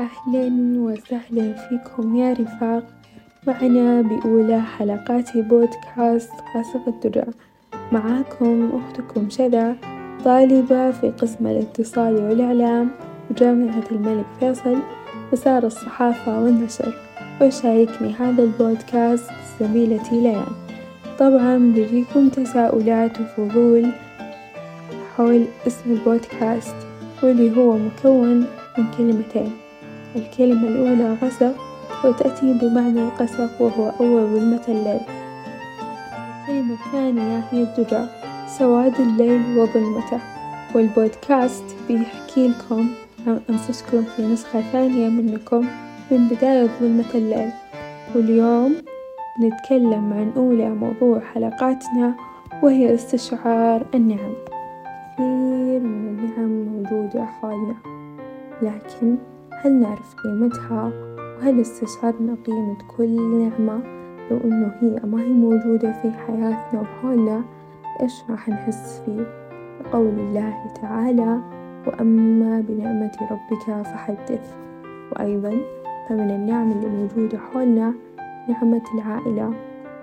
أهلا وسهلا فيكم يا رفاق، معنا بأولى حلقات بودكاست قصف الدجى. معاكم أختكم شذا، طالبة في قسم الاتصال والإعلام بجامعة الملك فيصل مسار الصحافة والنشر، ويشاركني هذا البودكاست زميلتي ليان. طبعا بيجيكم تساؤلات وفضول حول اسم البودكاست، واللي هو مكون من كلمتين. الكلمة الأولى غسق، وتأتي بمعنى القسق وهو أول ظلمة الليل. الكلمة الثانية هي الدجى، سواد الليل وظلمته. والبودكاست بيحكي لكم عن أنفسكم في نسخة ثانية منكم من بداية ظلمة الليل. واليوم نتكلم عن أولى موضوع حلقاتنا، وهي استشعار النعم. كثير من النعم موجودة حولنا، لكن هل نعرف قيمتها؟ وهل استشعرنا قيمة كل نعمة؟ لو إنه هي ما هي موجودة في حياتنا وحولنا، إيش راح نحس فيه؟ قول الله تعالى: وأما بنعمة ربك فحدث. وأيضا فمن النعم اللي موجودة حولنا نعمة العائلة،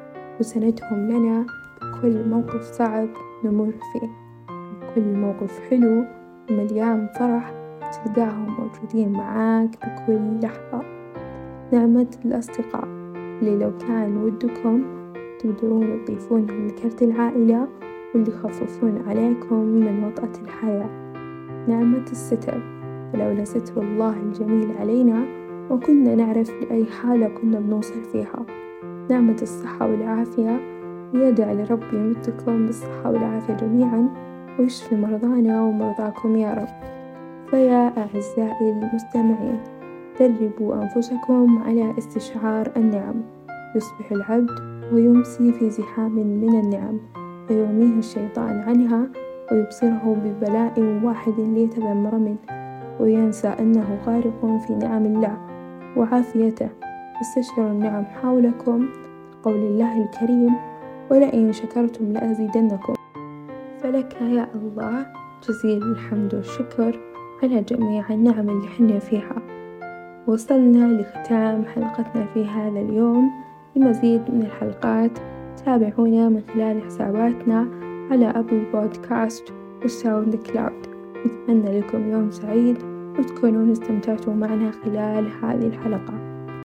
وسندهم لنا بكل موقف صعب نمر فيه، كل موقف حلو ومليان فرح تلقاهم موجودين معاك بكل لحظة. نعمة الأصدقاء اللي لو كان ودكم تقدرون تضيفونهم لكرت العائلة، واللي يخففون عليكم من وطأة الحياة. نعمة الستر، ولولا ستر الله الجميل علينا ما كنا نعرف لأي حالة كنا بنوصل فيها. نعمة الصحة والعافية، ويدعى لرب يمدكم بالصحة والعافية جميعا، ويشفي مرضانا ومرضاكم يا رب. فيا أعزائي المستمعين، دربوا أنفسكم على استشعار النعم. يصبح العبد ويمسي في زحام من النعم، فيعميه الشيطان عنها ويبصره ببلاء واحد ليتذمر منه، وينسى أنه غارق في نعم الله وعافيته. استشعروا النعم حولكم، قول الله الكريم: ولئن شكرتم لأزيدنكم. فلك يا الله جزيل الحمد والشكر على جميع النعم اللي حنا فيها. وصلنا لختام حلقتنا في هذا اليوم. لمزيد من الحلقات تابعونا من خلال حساباتنا على أبل بودكاست وساوند كلاود. نتمنى لكم يوم سعيد، وتكونون استمتعتوا معنا خلال هذه الحلقة.